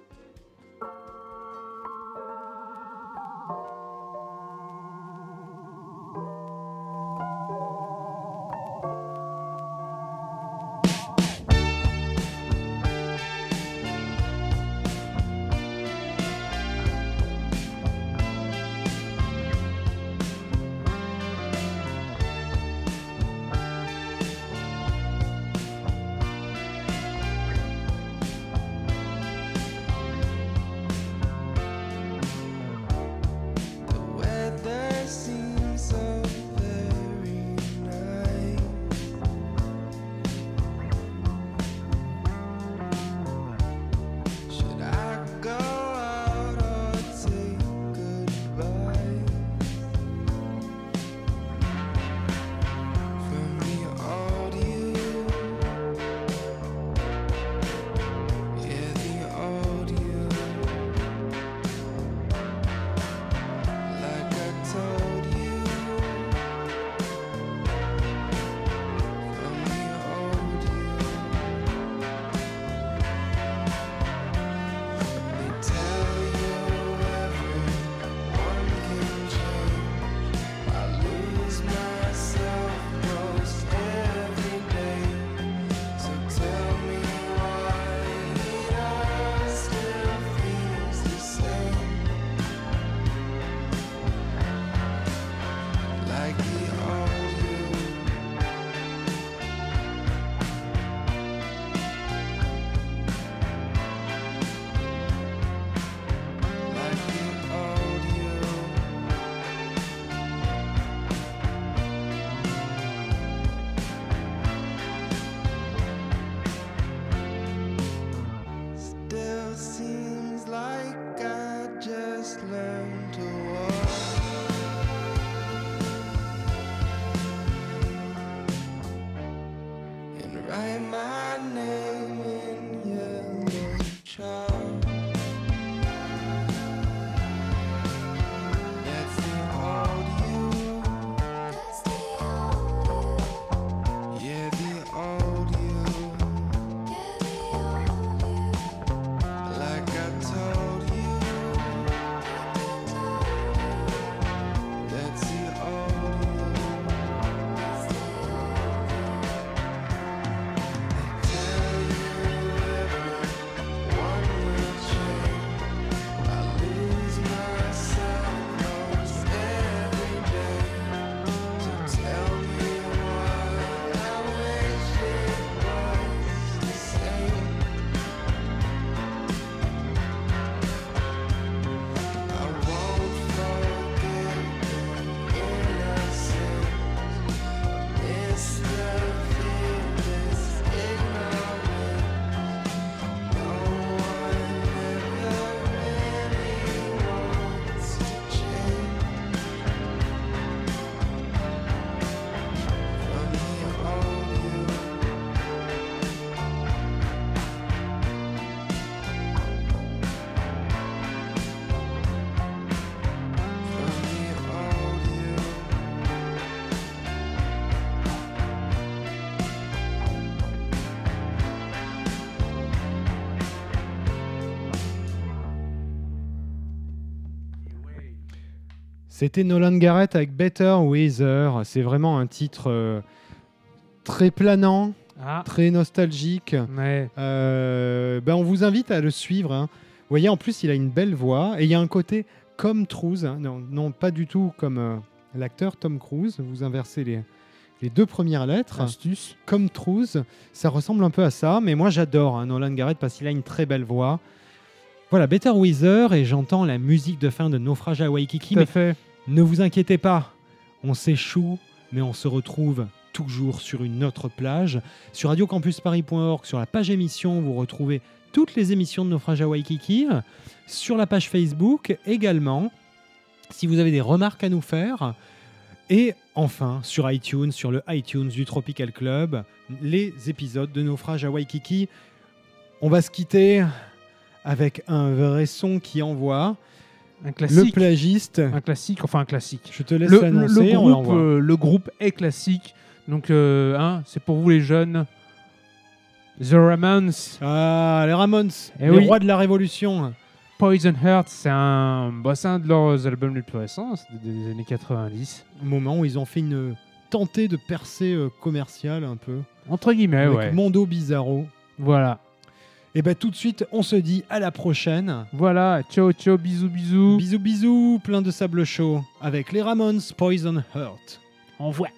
The weather seems so very nice. Should I go out or take goodbye from the audio? Yeah, the audio. Like I told you from the old you, they tell you everyone can change. I lose myself most every day. So tell me why it all still feels the same. Like the old you, like the old you. Still seems like I just learned to walk. And write my name in yellow chalk. That's the old you. Yeah, the old you. Like I told you. That's the old you. Tell you everyone will change. I lose myself most every day. So tell me why I wish it was the same. I won't forget the innocence. Miss the fearless ignorance. No one ever really wants to change from the old you. From the old you. C'était Nolan Garrett avec Better Weather. C'est vraiment un titre euh, très planant, Ah, très nostalgique. ouais. Euh, ben on vous invite à le suivre. Hein. Vous voyez, en plus, il a une belle voix et il y a un côté comme Cruise. Hein. Non, non, pas du tout comme euh, l'acteur Tom Cruise. Vous inversez les, les deux premières lettres, Astuce. comme Truth, ça ressemble un peu à ça, mais moi j'adore hein, Nolan Garrett parce qu'il a une très belle voix. Voilà, Better Weather, et j'entends la musique de fin de Naufrage à Waikiki, Tout à mais fait. ne vous inquiétez pas, on s'échoue, mais on se retrouve toujours sur une autre plage. Sur radio campus paris point org, sur la page émission, vous retrouvez toutes les émissions de Naufrage à Waikiki. Sur la page Facebook également, si vous avez des remarques à nous faire. Et enfin, sur iTunes, sur le iTunes du Tropical Club, les épisodes de Naufrage à Waikiki. On va se quitter avec un vrai son qui envoie. Un classique. Le plagiste. Un classique, enfin un classique. Je te laisse Le, l'annoncer, le on groupe, l'envoie. euh, le groupe est classique. Donc, euh, hein, c'est pour vous les jeunes. The Ramones. Ah, les Ramones, Eh les oui. rois de la révolution. Poison Heart, c'est un, bah, c'est un de leurs albums les plus récents, c'est des années quatre-vingt-dix. Au moment où ils ont fait une tentée de percée euh, commerciale un peu. Entre guillemets, avec ouais. Mondo Bizarro. Voilà. Et bien tout de suite, on se dit à la prochaine. Voilà, ciao, ciao, bisous, bisous. Bisous, bisous, plein de sable chaud. Avec les Ramones, Poison Heart. Au revoir.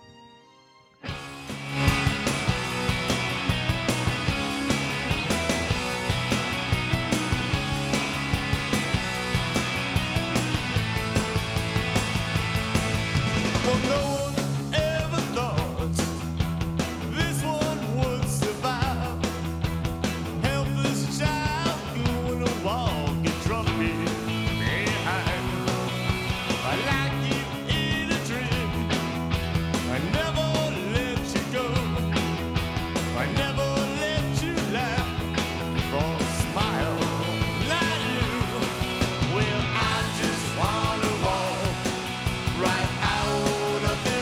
Well, no one ever thought this one would survive. Helpless child doing a walk and drunk me behind. I like you in a dream. I never let you go. I never let you laugh or smile like you. Well, I just wanna walk right out of this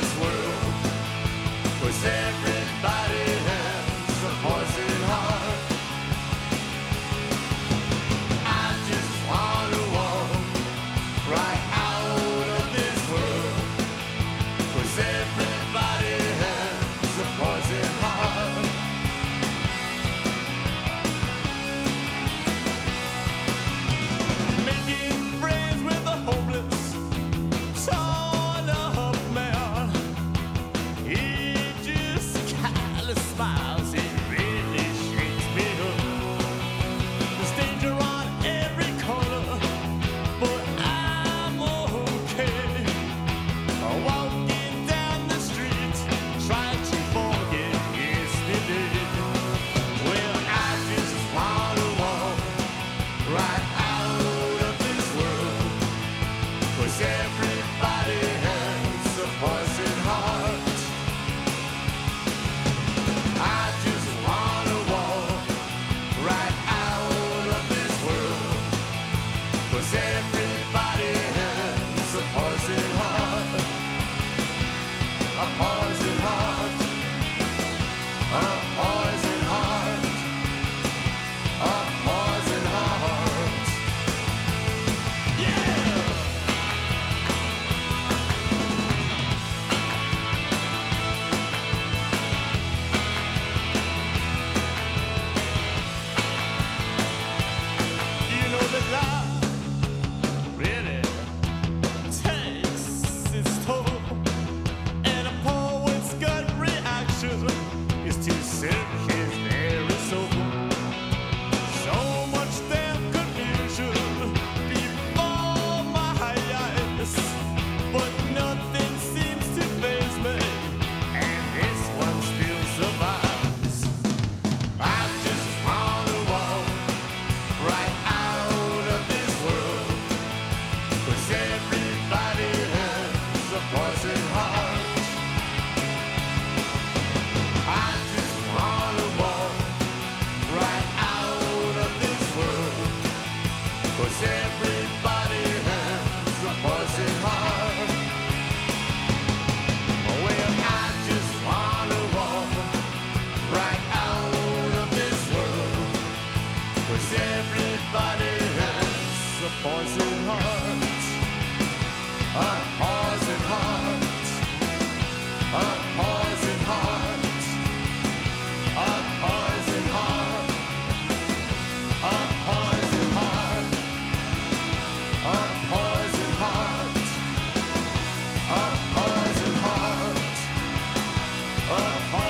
upon